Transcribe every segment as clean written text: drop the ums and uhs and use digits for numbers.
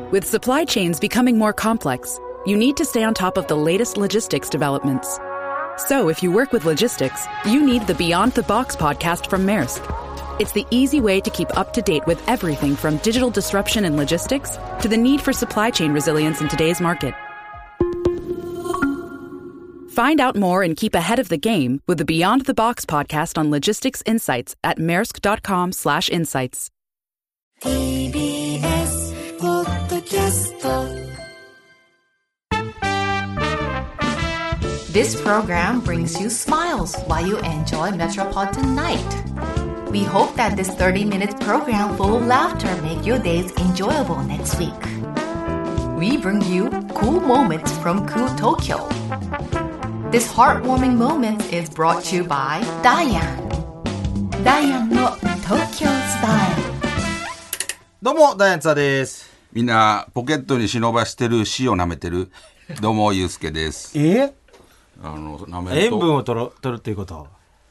With supply chains becoming more complex, you need to stay on top of the latest logistics developments. So if you work with logistics, you need the Beyond the Box podcast from Maersk. It's the easy way to keep up to date with everything from digital disruption in logistics to the need for supply chain resilience in today's market. Find out more and keep ahead of the game with the Beyond the Box podcast on logistics insights at maersk.com/insights. TBS ポッドキャスト This program brings you smiles while you enjoy Metropolitan Night. We hope that this 30-minute program full of laughter make your days enjoyable next week. We bring you cool moments from cool Tokyo. This heartwarming moment is brought to you by Diane. Diane の Tokyo Style. どうもダイアンツァです。 みんなポケットに忍ばしてる塩舐めてる。どうもゆうすけです。 舐めると塩分を取るっていうこと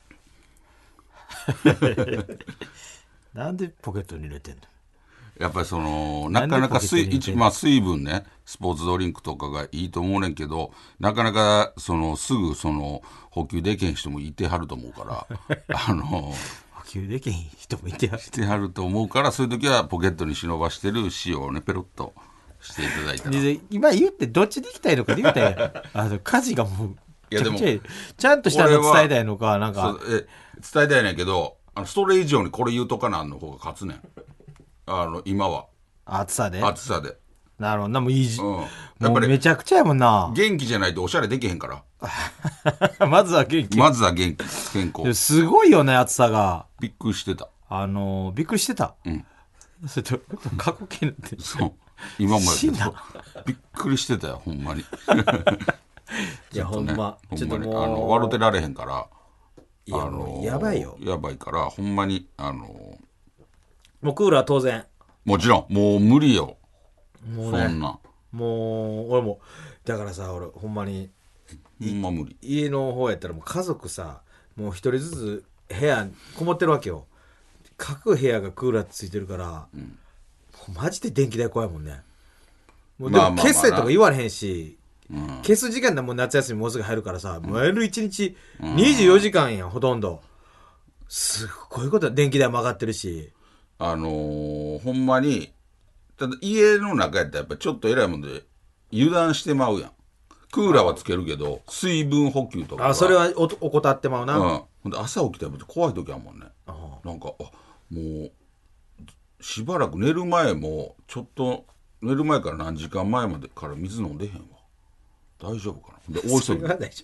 なんでポケットに入れてんの。 やっぱりなかなか水分ね、スポーツドリンクとかがいいと思うねんけど、なかなかすぐ補給できへん人もいてはると思うから補給できへん人もいてはると思うから、そういう時はポケットに忍ばしてる塩をねペロッとしていただいたら。 今言ってどっちで行きたいのかで言うたや家事がもういやでもちゃんとしたの伝えたいのかなんか伝えたいねんけど、それ以上にこれ言うとかなんの方が勝つねん。今は暑さでなるほど。もういいじ、もうめちゃくちゃやもんな。 元気じゃないとおしゃれできへんからまずは元気健康。 すごいよね暑さが。 びっくりしてた。 びっくりしてた。それと過去形なんてそう今もびっくりしてたよほんまにいやほんまちょっともう笑ってられへんから。 いやもうやばいよ。 やばいからほんまにもうクーラー当然もちろんもう無理よ。 もうね、 そんなもう俺もだからさ、俺ほんまにほんま無理。 家の方やったらもう家族さ、もう一人ずつ部屋こもってるわけよ。各部屋がクーラーついてるから、もうマジで電気代怖いもんね。もうでも消せとか言われへんし、消す時間でもう夏休みもうすぐ入るからさ、丸一日24時間やんほとんど。すっごいこと電気代も上がってるし、 ほんまにただ家の中やったらやっぱちょっと偉いもんで油断してまうやん。クーラーはつけるけど水分補給とかそれは怠ってまうな。 ほんで朝起きたら怖い時あるもんね。なんかもうしばらく寝る前もちょっと寝る前から何時間前までから水飲んでへんわ。大丈夫かな。で大急ぎ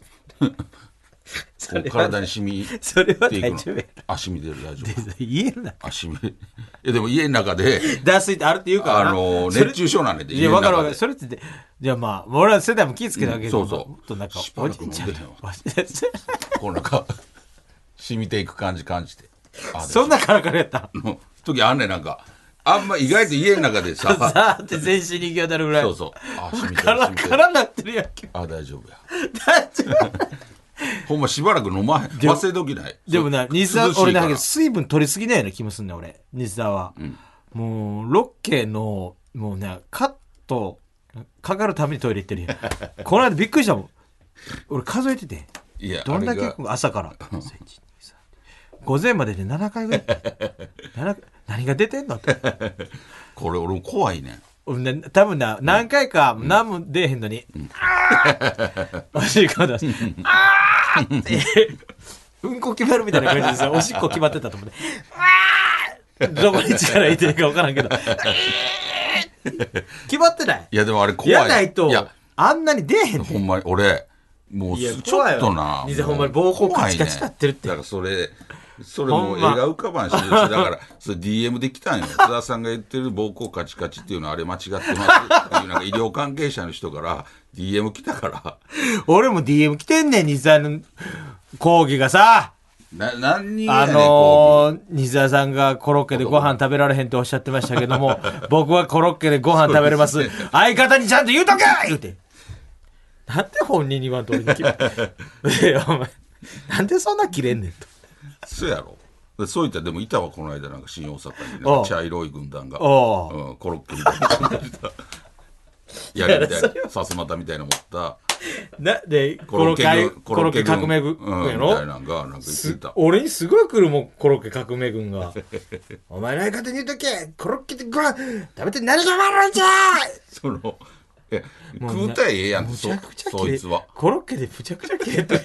体に染みていくの。 それは大丈夫や。 染み出る。大丈夫。 家の中でも家の中で脱水ってあるって言うからな。 熱中症なんで。 いや分かる分かる。それってじゃあまあ俺は世代も気ぃつけたわけど、 そうとなんかしばらく飲んでへんわ。こうなんか染みていく感じて。 そんなカラカラやったの時あんねん。なんかあんま意外と家の中でささーって全身に行き渡るぐらい。 そう染みてる。 カラカラなってるやんけ。 大丈夫や。大丈夫。ほんましばらく飲まへん。忘れときない。 でもな西田俺なんか水分取りすぎないような気もすんねん俺。西田は、もうロッケのもうねカットかかるためにトイレ行ってるやんこの間びっくりしたもん。俺数えてて、 いやどんだけ朝から午前までで7回ぐらい何が出てんのってこれ俺も怖いねん。 多分な何回か何も出えへんのに、おしっこ出すあーってうんこ決まるみたいな感じですよ。おしっこ決まってたと思ってどこに力入れてるか分からんけど決まってない。 いやでもあれ怖い。 やないとあんなに出えへんねん。 ほんまに俺もうちょっとなほんまに膀胱カチカチなってるって。 だからそれもう映画浮かばんし、だからそれ DM で来たんよ。津田さんが言ってる膀胱カチカチっていうのはあれ間違ってますっていうなんか医療関係者の人から DM 来たから俺も DM 来てんねん。西田の講義がさ、 何人やねん西田さんがコロッケでご飯食べられへんとおっしゃってましたけども僕はコロッケでご飯食べれます。相方にちゃんと言うとけ言うて。なんで本人に言わんと俺に決めお前なんでそんな切れんねんと。 そうやろ。そういったでもいたわこの間なんか新大阪になんか茶色い軍団がコロッケみたいなやりみたいなさすまたみたいな持ったでコロッケ革命軍やろ、 みたいなのがなんか言ってた。 俺にすごい来るもん、コロッケ革命軍がお前の相方に言うとけ、コロッケでご飯食べて何が悪いんじゃその食うたらええやん、そいつはコロッケでむちゃくちゃ切れて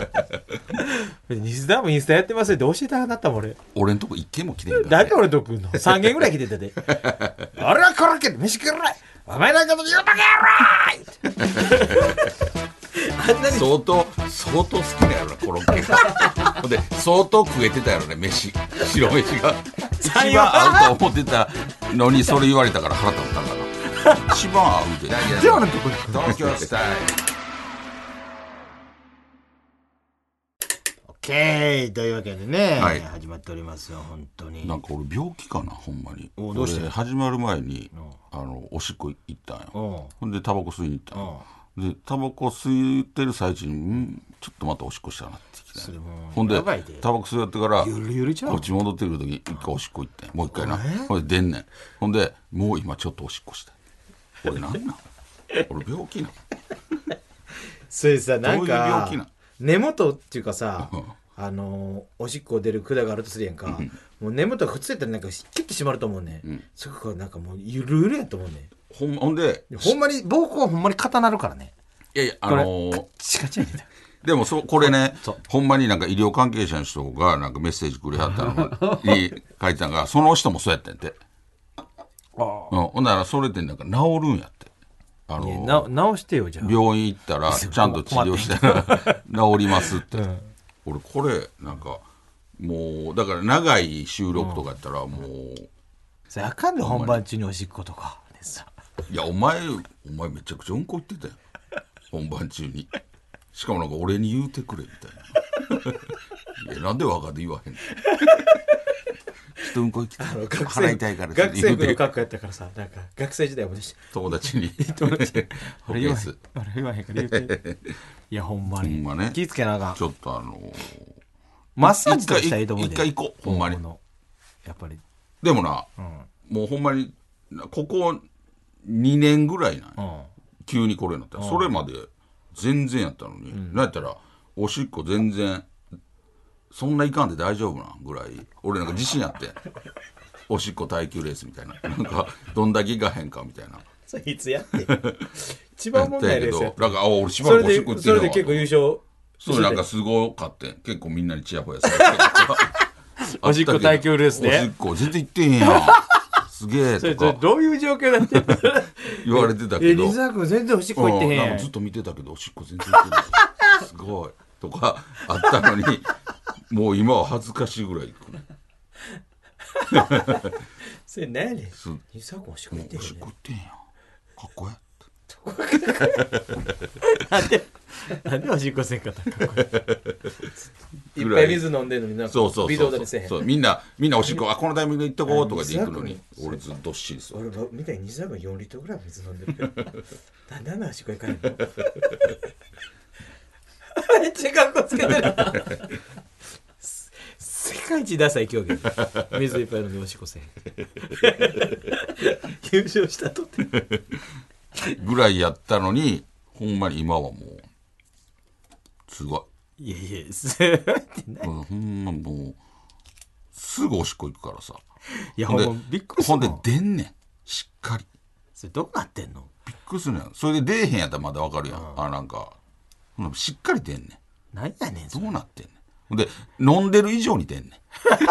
西田もインスタやってますよって教えてあなったもん俺んとこ一軒も来てんから、 だって俺とこの3軒ぐらい来てたで俺はコロッケで飯食うらい、お前なんかと言うとけやろあんなに相当好きだやろなコロッケがほんで相当食えてたやろね、飯白飯が一番合うと思ってたのにそれ言われたから腹立ったんかな一番合うで東京スタイルオッケーというわけでね、 はい、 始まっておりますよ。本当になんか俺病気かな、ほんまに。 どうして始まる前におしっこ行ったんよ。ほんでタバコ吸いに行ったんよ。でタバコ吸ってる最中にちょっとまたおしっこしたなってきて、ほんでタバコ吸いやってからこっち戻ってくる時に一回おしっこ行ってもう一回な、ほんで出んねん。ほんでもう今ちょっとおしっこした。俺なんなん俺病気なんそれさ、なんかどういう病気なん根元っていうかさおしっこ出る管があるとするやんか、もう根元がくっついたらなんかキュッて締まると思うね、そこがなんかもうゆるゆるやと思うね。 ほんでほんまに膀胱はほんまに固なるからね。 いやいやカッチカチやねんでもこれね、ほんまになんか医療関係者の人がなんかメッセージくれはったのに書いてたのがその人もそうやったんやってほんならそれでなんか治るんやって。 治してよじゃあ。 病院行ったらちゃんと治療したら治りますって、俺これなんかもうだから長い収録とかやったらもうそれあかんの、本番中におしっことかでさ。 いやお前めちゃくちゃうんこ言ってたよ本番中に。しかもなんか俺に言うてくれみたいな。いやなんで若で言わへんのちょっとうんこ行きたい払いたいから学生服の格好やったからさ、なんか学生時代も友達に俺言わへんから言うていやほんまにほんまね、 気ぃつけながらちょっとマッサージとかしたらいいと思うで。 一回行こうほんまに。 やっぱりでもな、もうほんまにここ2年ぐらいなん急にこれになった。それまで全然やったのに、なんやったらおしっこ全然そんないかんで大丈夫なんぐらい俺なんか自信あっておしっこ耐久レースみたいな、なんかどんだけいかへんかみたいな。 それいつやって一番問題ですよ。 なんか俺しばらくおしっこ行ってるわ。 それで結構優勝。 それなんかすごかって結構みんなにチヤホヤされておしっこ耐久レースでおしっこ全然行ってへんやんすげえとかどういう状況だって言われてたけど、 西澤君全然おしっこ行ってへんやん、 なんかずっと見てたけどおしっこ全然行ってないすごいとかあったのにもう今は恥ずかしいぐらい行くねそれ何やねん。西澤君おしっこ行ってへんねん。 おしっこ行ってへんやんかっこえなんでおしっこせんかったんかこれいっぱい水飲んでんのになんか微動だにせえへん。 そうみんなおしっここのタイミングで行っとこうとかで行くのに俺ずっとっしいですよ。 俺みたいに西田君4リットルぐらい水飲んでるけどなんであんなおしっこいかへんのめっちゃカッコつけてる世界一ダサい競技水いっぱい飲んでおしっこせえへん優勝したとってぐらいやったのにほんまに今はもうすごい。 いやすごいってない。 ほんまもうすぐおしっこ行くからさ。 いやほんまびっくりするほんで出んねんしっかり。 それどうなってんの。 びっくりするねん。それで出えへんやったらまだわかるやん。なんかしっかり出んねん。 何やねんどうなってんねん。ほんで飲んでる以上に出んねん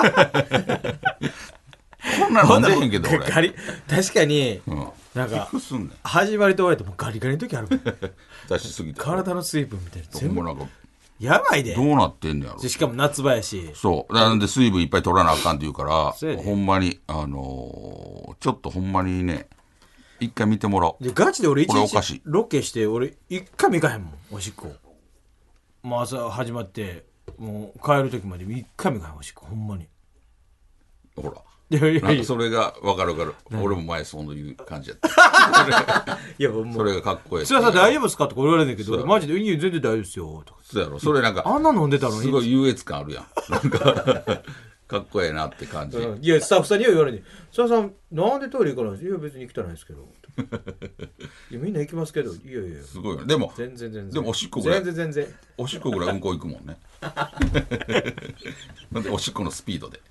こんなの飲んでへんけど俺確かに、なんか始まりと終わりともうガリガリの時あるもん出しすぎて体の水分みたいな全部なんかやばいで。 どうなってんねやろ。 しかも夏場やし。 そうなんで水分いっぱい取らなあかんって言うからほんまにちょっとほんまにね一回見てもらおう。 ガチで俺一日ロケして俺一回も行かへんもんおしっこ。もう朝始まってもう帰る時まで一回も行かへんおしっこほんまに。 ほらなんかそれが分かる俺も前そういう感じやったいやもうそれがかっこいい。 それはさ大丈夫ですかとか言われるんだけどマジで全然大丈夫ですよとか。 そうやろ。それなんかあんな飲んでたのにすごい優越感あるやんなんかかっこええなって感じ。 いやスタッフさんには言われるに「津田さんなんでトイレ行かないんですか?」いや別に行きたないですけどいやみんな行きますけどいやいやすごいよ。でも全然でもおしっこぐらい全然おしっこぐらいうんこ行くもんね。なんでおしっこのスピードで。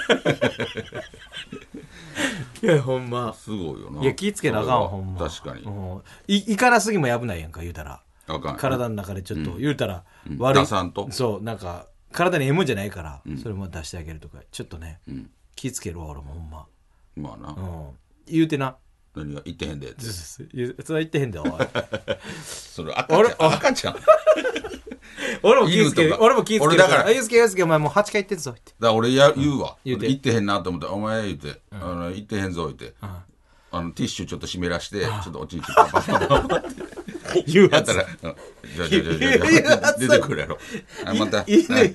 いやほんますごいよな。 いや気ぃつけなあかんわほんま確かに。 いからすぎも危ないやんか言うたらあかん。 体の中でちょっと、言うたら悪い。出さんと。 そうなんか体に M じゃないから、それも出してあげるとかちょっとね、気ぃつけるわ俺もほんままあな、 言うてな何が言ってへんでそれは言ってへんでおいそれ赤ちゃん俺も気ぃつける俺だからゆうすけお前もう8回言ってるぞってだから俺言うわ言ってへんなと思ってお前言って、言ってへんぞ言って、ティッシュちょっと湿らしてちょっとおちんちんパパパパ言うやつやったらじゃ出てくるやろまた犬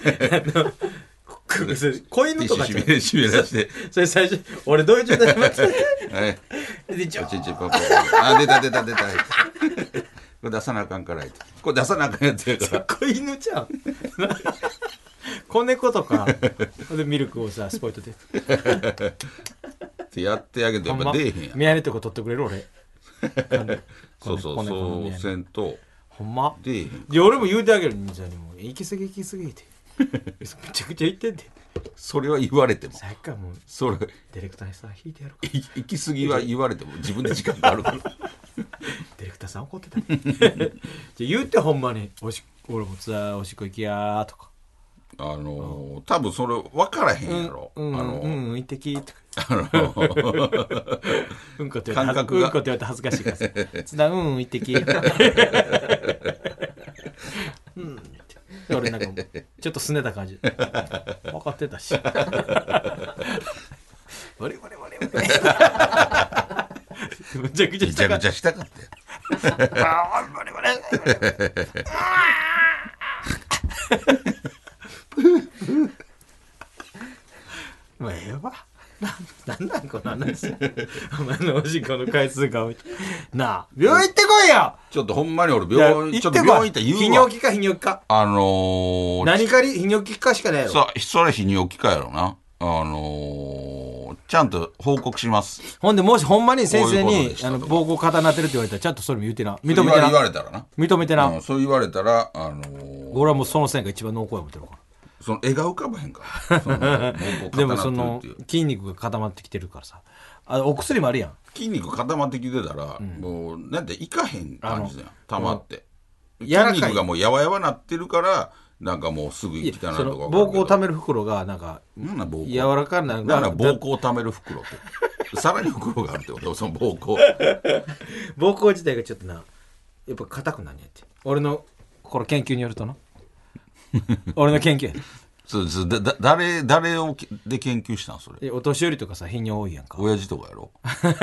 子犬とかティッシュ湿らしてそれ最初俺どういう状態で待っておちんちんパパパ出たこれ出さなあかんからこれ出さなあかんやつやから子犬ちゃん子猫とかでミルクをさスポイトでってやってあげてやっぱ出えへんやん宮根とか取ってくれる俺そうせんとほんま出えへんいや俺も言うてあげる兄ちゃんにも行き過ぎってめちゃくちゃ言ってんでそれは言われてもさっきからもうそれディレクターにさ引いてやるか行き過ぎは言われても自分で時間があるからディレクターさん怒ってたじゃ言うてほんまに俺もさおしっこ行きやーとか多分それ分からへんやろ行ってきーとかうんこって言われて感覚が恥ずかしいからさ津田行ってきー俺なんかちょっとすねた感じ分かってたし我々めちゃくちゃしたかったよもうええわなんこの話お前のおしっこの回数が多いなあ病院行ってこいよちょっとほんまに俺病院行って言うわ泌尿器科何かに泌尿器科しかないやろそれ泌尿器科やろなちゃんと報告しますほんでもしほんまに先生に膀胱固なってるって言われたらちゃんとそれも言うてな認めてな言われたらな認めてな、 そう言われたら俺はもうその線が一番濃厚や思ってるからその絵が浮かばへんからでもその筋肉が固まってきてるからさお薬もあるやん筋肉固まってきてたら、もうなんていかへん感じだよ溜まって筋肉がもうやわやわなってるからなんかもうすぐ行きたなとか膀胱を溜める袋がなんか柔らかになるから膀胱を溜める袋ってさらに袋があるってことその膀胱膀胱自体がちょっとなやっぱ硬くなんやって俺のこれ研究によるとな俺の研究やでそう誰をで研究したんそれお年寄りとかさ頻尿多いやんか親父とかやろ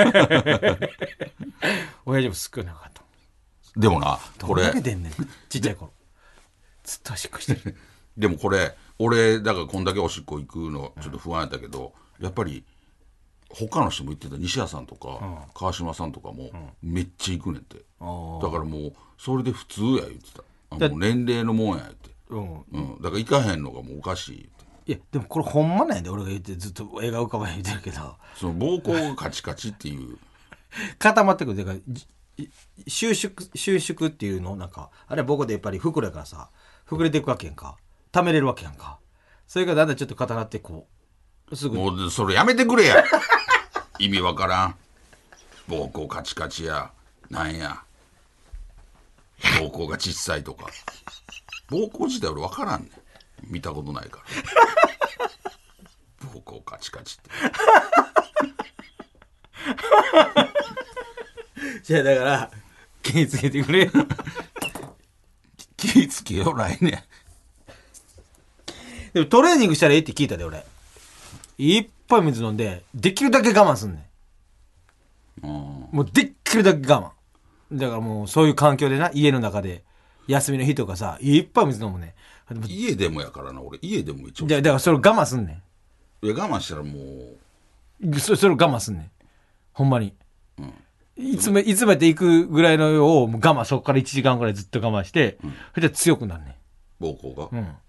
親父も少なかったでもなこれどんだけ出んねんちっちゃい頃ずっとおしっこしてるでもこれ俺だからこんだけおしっこ行くのちょっと不安やったけど、やっぱり他の人も言ってた西谷さんとか、川島さんとかもめっちゃ行くねんって、だからもうそれで普通や言ってたもう年齢のもんやって、だから行かへんのがもうおかしいって。 いやでもこれほんまなんやで俺が言ってずっと映画浮かばへん言ってるけどその膀胱がカチカチっていう固まってくるだから収縮っていうのなんかあれは膀胱でやっぱり膨れからさ膨れていくわけやんか溜めれるわけやんかそれがだんだんちょっと固なってこうすぐもうそれやめてくれや意味わからん膀胱カチカチやなんや膀胱が小さいとか膀胱自体俺わからんねん見たことないから膀胱カチカチってじゃあだから気ぃつけてくれ気ぃつけよ来年でもトレーニングしたらええって聞いたで俺いっぱい水飲んでできるだけ我慢すんねんもうできるだけ我慢だからもうそういう環境でな家の中で休みの日とかさいっぱい水飲むね家でもやからな俺家でも一応だからそれを我慢すんねんいや我慢したらもうそれを我慢すんねんほんまに、いつまで行くぐらいのをもう我慢そこから1時間ぐらいずっと我慢して、それで強くなんねん膀胱が、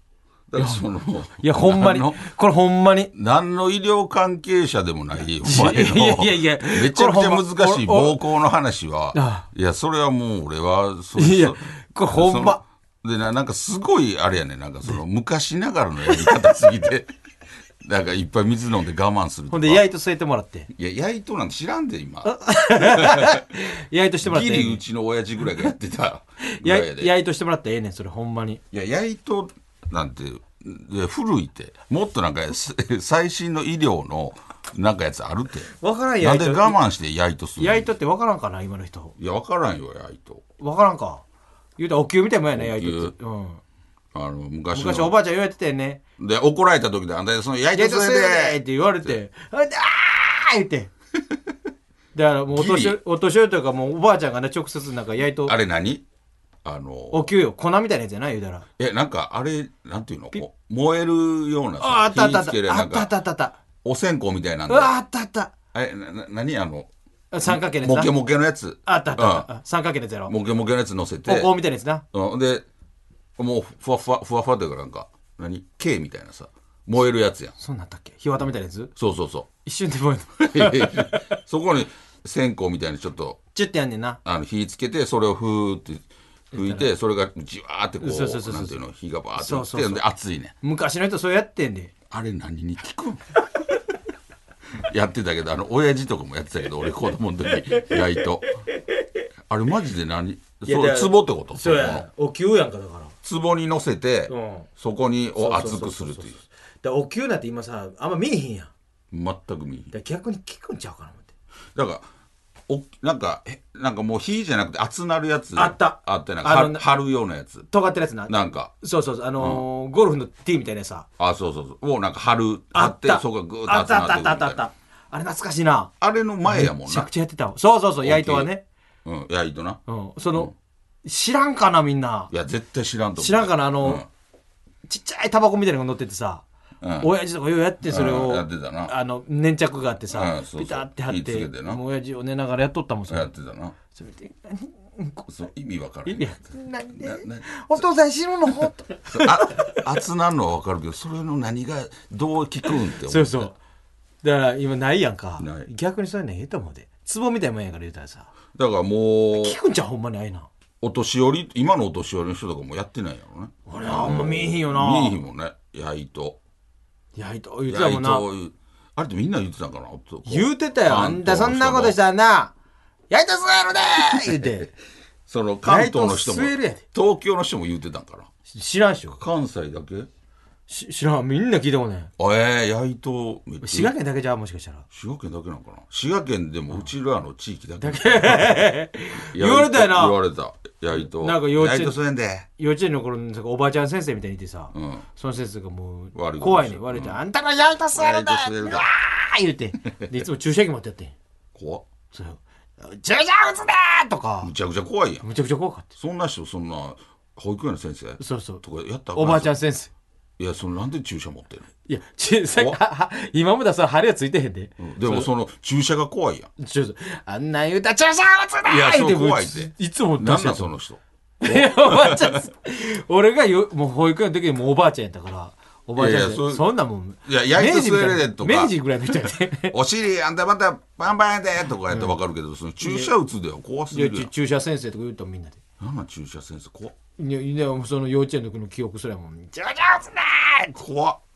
だからそのいやほんまにこれほんまに何の医療関係者でもないお前のいやめちゃくちゃ難しい膀胱の話はいやそれはもう俺はそいやこれほんまでなんかすごいあれやねなんかその昔ながらのやり方すぎてなんかいっぱい水飲んで我慢するとかほんでやいと据えてもらっていややいとなんて知らんで今やいとしてもらってギリうちの親父ぐらいがやってたぐらいでやいとしてもらったらええねんそれほんまにいややいとなんて古いってもっとなんか最新の医療のなんかやつあるって分からんなんで我慢してやいとするのやいとって分からんかな今の人いや分からんよやいと分からんか言うたらお灸みたいなもんやねやいとって、うん、昔おばあちゃん言われてたよねで怒られた時であんたそのやいとするでって言われてあー言ってだからもうお年寄りというかもうおばあちゃんがね直接なんかやいとあれ何お灸よ粉みたいなやつじゃない言うたらなんかあれなんていうの燃えるようなあったあったあったあったお線香みたいなんであったあった何三角形のやつなモケモケのやつあったあった三角形のやつやろモケモケのやつ乗せてお香みたいなやつなでもうふわふわというかなんかK みたいなさ燃えるやつやんそんなんあったっけ火綿みたいなやつそう一瞬で燃えるそこに線香みたいにちょっとチュッてやんねんな火つけてそれをふーって吹いてそれがじわーってこうそうなんていうの火がバーってなってで熱いね昔の人そうやってんであれ何に効くんやってたけど親父とかもやってたけど俺子供の時やいとあれマジでそ壺ってことそうやお灸やんかだから壺に乗せて、そこに熱くするっていうだお灸なんて今さあんま見えへんやん全く見えへんだ逆に効くんちゃうかな思ってだからなんかもう火じゃなくて熱なるやつあったなんか貼るようなやつ尖ってるやつななんかそうゴルフのティーみたいなさそうをなんか貼ってそこがグーッとあ熱なってくるみたいなあれ懐かしいなあれの前やもんなめちゃくちゃやってたそうやいとはねやいとな知らんかなみんないや絶対知らんと思う知らんかなちっちゃいタバコみたいなのが乗っててさ親父とかようやってそれをやってたな粘着があってさそうピタって貼ってもう親父を寝ながらやっとったもんやってたなそれで意味わからんなんでお父さん死ぬの熱なるのはわかるけどそれの何がどう効くんって思ってそうだから今ないやんかない逆にそういうのええと思うで壺みたいなもんやから言うたらさだからもう効くんちゃうほんまにあいな今のお年寄りの人とかもやってないやろね俺あんま見えへんよな見えへんもんねやいと言ってたもんなあれってみんな言ってたんかな言うてたよあんたそんなことしたらなやいと吸えるで言うてその関東の人もやいと吸えるやで東京の人も言うてたんかな知らんしょ関西だけ知らんみんな聞いたことないやいと滋賀県だけじゃもしかしたら滋賀県だけなんかな滋賀県でもうちらの地域だけ言われたよな言われたやいとなんか幼稚園やいと吸えんで幼稚園の頃なんかおばあちゃん先生みたいにいてさ、その先生がもう怖いね悪いて、あんたがやいと吸えるだうわー言うてでいつも注射器持ってやってん怖っそう注射打つでーとかむちゃくちゃ怖いやんむちゃくちゃ怖かったそんな人保育園の先生そうとかやったおばあちゃん先生いやなんで注射持ってるのいや今もださ針はついてへんで、 でもその注射が怖いやんあんな言うたら注射打つでーいやそう怖いっていつもなんなんその人おばあちゃん俺がもう保育園の時にもうおばあちゃんやったからおばあちゃんそんなもんやいと吸えるでとか明治ぐらいの人やでお尻あんたまたバンバンやでとかやったら分かるけど、その注射打つでは怖すぎるやん注射先生とか言うとみんなでなんなん注射先生怖っいやその幼稚園の時の記憶すらも注射打つねー怖っ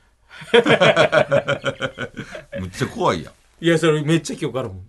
めっちゃ怖いやんいやそれめっちゃ記憶あるもん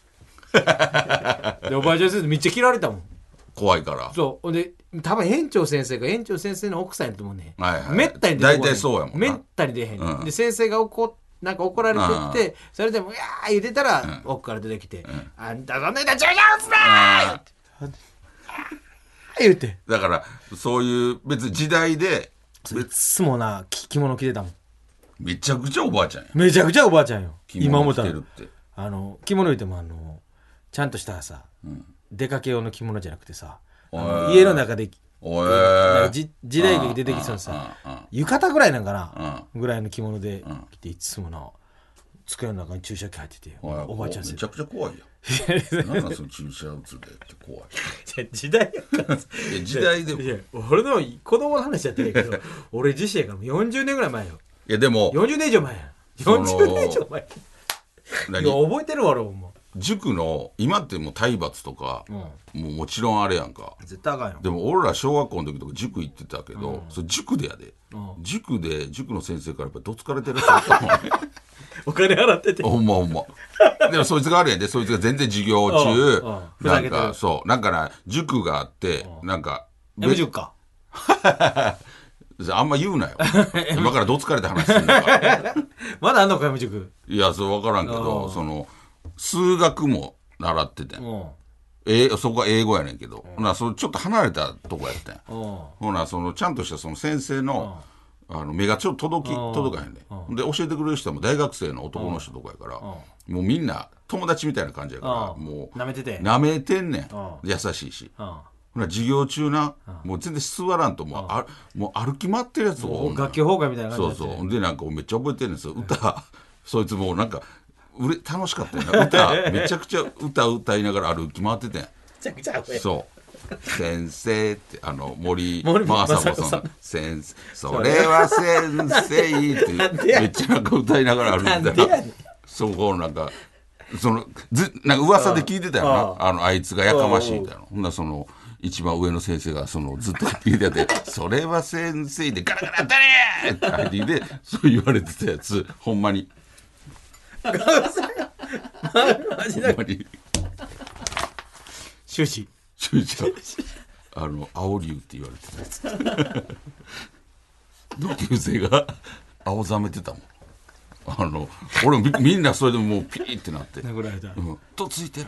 でおばあちゃん先生めっちゃ嫌われたもん怖いからそうで多分園長先生の奥さんやと思うね、めったに出大体そうやもんなめったに出へん、で先生がなんか怒られてってそれでも「いやー」言うてたら、奥から出てきて「あんたそんなに注射打つなー!」言うてだからそういう別に時代でいつもな着物着てたもんめちゃくちゃおばあちゃんやめちゃくちゃおばあちゃんよ今も着てるって着物言ってもちゃんとしたさ、出かけ用の着物じゃなくてさ家の中で時代劇出てきそうなさ浴衣ぐらいなんかなぐらいの着物で着ていつもな机の中に注射器入ってておばあちゃんめちゃくちゃ怖いやんなんかその注射打つでって怖い。 時代やから時代でも。 いや俺の子供の話やったんやけど俺自身やから40年ぐらい前よ。 いやでも 40年以上前や。40年以上前。 何覚えてるわ俺も。 塾の今ってもう体罰とか、もうもちろんあれやんか。 絶対あかんよ。 でも俺ら小学校の時とか塾行ってたけど、それ塾でやで、塾の先生からやっぱどつかれてる人おったもんね。 お金払ってて。 ほんまほんま。でもそいつがあるやんで、そいつが全然授業中なんかそうなんかな塾があってなんかやめ塾か。 あんま言うなよ。今からどつかれた話すんだから。 まだあんのかやめ塾。 いやそう分からんけどその数学も習っててそこは英語やねんけどほなそちょっと離れたとこやったんやほなそのちゃんとしたその先生の目がちょっと届かへんねんで教えてくれる人も大学生の男の人とかやからもうみんな友達みたいな感じやからもう舐めてて舐めてんねん優しいしほな授業中なもう全然座らんともう歩き回ってるやつとか楽器崩壊みたいな感じそうでなんかめっちゃ覚えてるんですよ歌そいつもうなんか楽しかったよな歌めちゃくちゃ歌いながら歩き回っててんめちゃくちゃそう先生って森正子さん先生それは先生ってめっちゃなんか歌いながら歩いてたらそこなんかなんか噂で聞いてたよなあいつがやかましいみたいなほんなその一番上の先生がずっと聞いてて「それは先生でガラガラ誰!」って入ってきてそう言われてたやつほんまにマジだ終始青龍って言われてたやつ同級生が青ざめてたもん俺もみんなそれでもうピーってなって殴られたとついてる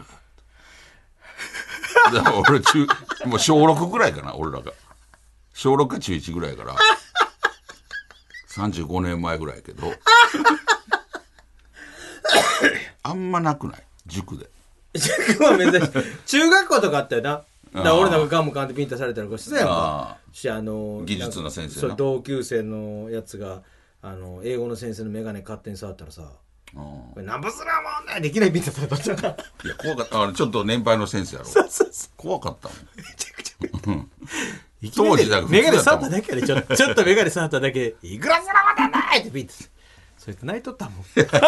だから俺もう小6ぐらいかな俺らが小6か中1ぐらいやから35年前ぐらいやけどあんまなくない塾で塾は珍しい中学校とかあったよなだから俺なんかガムカンってピンタされたりとかしてたやんか技術の先生そう同級生のやつが英語の先生の眼鏡勝手に触ったらさこれなんぼすらもんねできないピンタされたんだいや怖かったちょっと年配の先生やろ怖かったもんめちゃくちゃ当時だから眼鏡触っただけでちょっと眼鏡触っただけでいくらすらもんないってピンタそれって泣いとったもん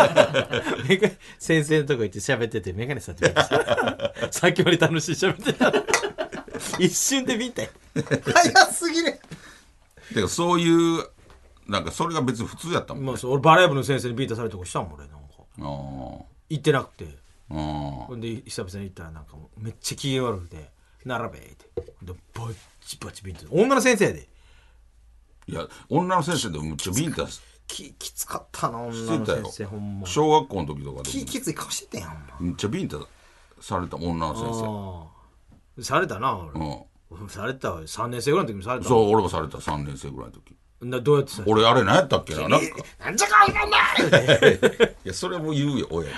先生のとこ行って喋ってて眼鏡触ってさっきまで楽しい喋ってた一瞬で見たよ早すぎるだからそういうなんかそれが別に普通やったもんね、 まあ、俺バレー部の先生にビータされたとこしたもん俺なんか行ってなくてほんで久々に行ったらなんかもうめっちゃ機嫌悪くて並べってでバチバチビンタ女の先生やでいや女の先生でもめっちゃビンタきつかったな女の先生ほんま小学校の時とかできつい顔してたやんほんまめっちゃビンタされた女の先生されたな俺、されたわ3年生ぐらいの時もされたそう俺もされた3年生ぐらいの時どうやってさ俺あれ何やったっけななんかなんじゃかいなんだいやそれも言うよ親に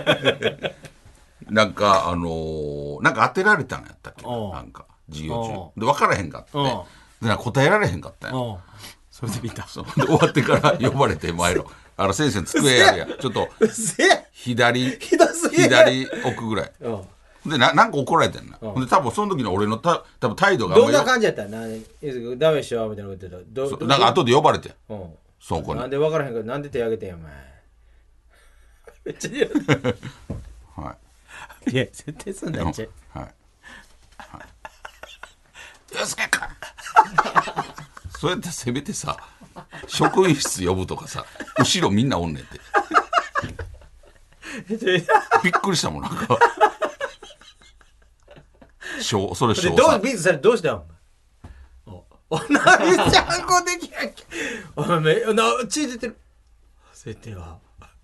なんかなんか当てられたんやったっけななんか授業中で分からへんかってで答えられへんかったんやそれで見たそうで終わってから呼ばれて前の先生の机やるやんちょっと左奥ぐらいでなんか怒られてんなで多分その時の俺の多分態度がどんな感じやったんダメしよみたいなこと言ってたなんか後で呼ばれてそこになんで分からへんからなんで手挙げてんやお前めっちゃ似合うはいいや絶対そんなんちゃうはいよすけかそうやってせめてさ職員室呼ぶとかさ後ろみんなおんねんってびっくりしたもんなんかそれ小どうビーズされどうしたんおなみちゃんこできやんけお前血出てるそうやってよ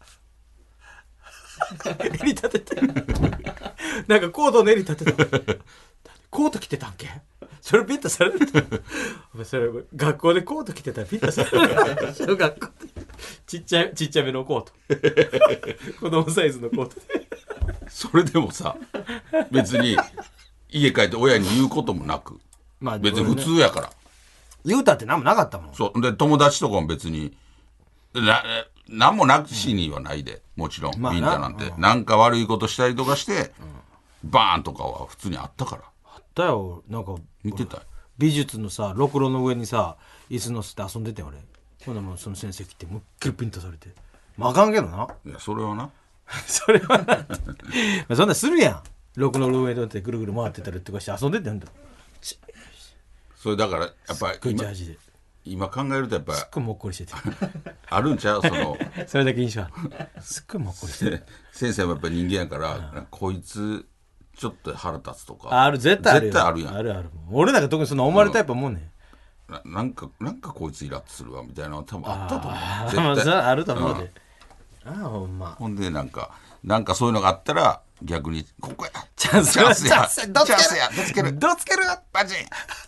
襟立ててなんかコートの襟立てたコート着てたんけそれピッタされるそれ学校でコート着てたらピッタされる小学校でちっちゃめのコート子供サイズのコートでそれでもさ別に家帰って親に言うこともなく、まあ、別に普通やから言うたって何もなかったもんそうで友達とかも別に何もなくしにはないで、もちろん、 まあなビンタなんて。なんか悪いことしたりとかして、バーンとかは普通にあったから。 あったよ。なんか、 見てたよ。 美術のさ、ろくろの上にさ、椅子乗せて遊んでて俺。ほんでもうその先生来て、もう一回ピンとされて。まああかんけどな。 いや、それはな。 それはな。そんなんするやん。ろくろの上に乗ってぐるぐる回ってたりとかして遊んでてんだ。 それだから、やっぱり今考えるとやっぱすっごいもっこりしてて。 あるんちゃうそれだけ印象ある。すっごいもっこりしてて。 先生もやっぱり人間やから、こいつ、ちょっと腹立つとか。 ある、絶対あるよ。 絶対あるやん。 あるある。俺なんか特にそんな思われたいと思うねん。 なんかこいつイラッとするわみたいなの多分あったと思う。 絶対あると思うで。ああ、ほんま。 ほんでなんかそういうのがあったら逆にここやチャンスや。チャンスや。どつけるバチン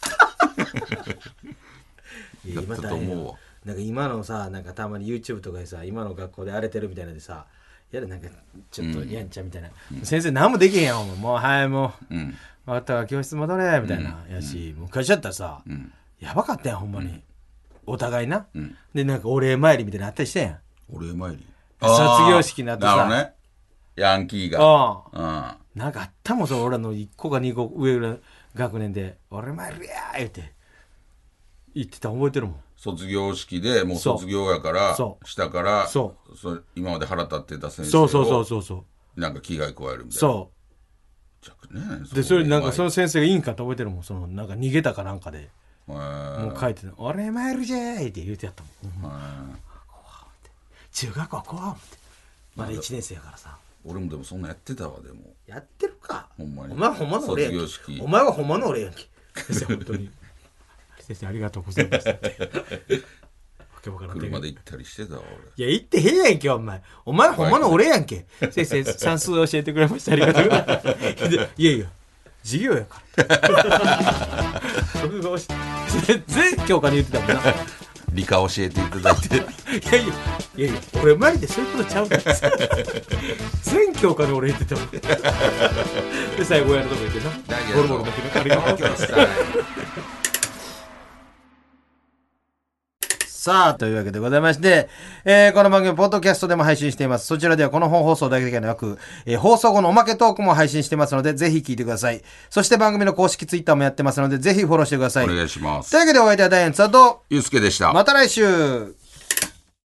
やったと思うわ。 なんか今のさ、なんかたまに YouTube とかでさ、今の学校で荒れてるみたいなんでさ、やだなんかちょっとやんちゃみたいな、先生何もできへんやん、もうはいもう、分かったわ教室戻れみたいな、やし、昔だったらさ、やばかったやんほんまに、お互いな、でなんかお礼参りみたいなのあったりしたやん。 お礼参り卒業式になってさ、 なるほどね、ヤンキーがなんかあったもん、その俺らの1個か2個上の学年で俺参りやー言って言ってた覚えてるもん。 卒業式でもう卒業やから下から今まで腹立ってた先生をなんか危害加えるみたいな。 そうでそれなんかその先生がいいんかって覚えてるもん。そのなんか逃げたかなんかでもう書いてた「俺参るじゃーい」って言うてやったもん。怖って中学校は怖ってまだ1年生やからさ。 俺もでもそんなやってたわ。でもやってるかほんまに。 お前ほんまの俺やんけ。お前はほんまの俺やんけ。本当に先生ありがとうございますって車で行ったりしてたわ俺。いや行ってへんやんけお前。お前ほんまの俺やんけ。先生算数教えてくれましたありがとうございますいやいや授業やから僕が全教科に言ってたもんな。 理科教えていただいていや俺マジでそういうことちゃうんだ全教科で俺言ってたもんで最後やるとこ言ってなボロボロだけどありがとうさあというわけでございまして、この番組ポッドキャストでも配信しています。そちらではこの本放送だけではなく、放送後のおまけトークも配信してますのでぜひ聞いてください。そして番組の公式ツイッターもやってますのでぜひフォローしてください。 お願いします。 というわけでお相手はダイアンツ佐藤ゆうすけでした。 また来週。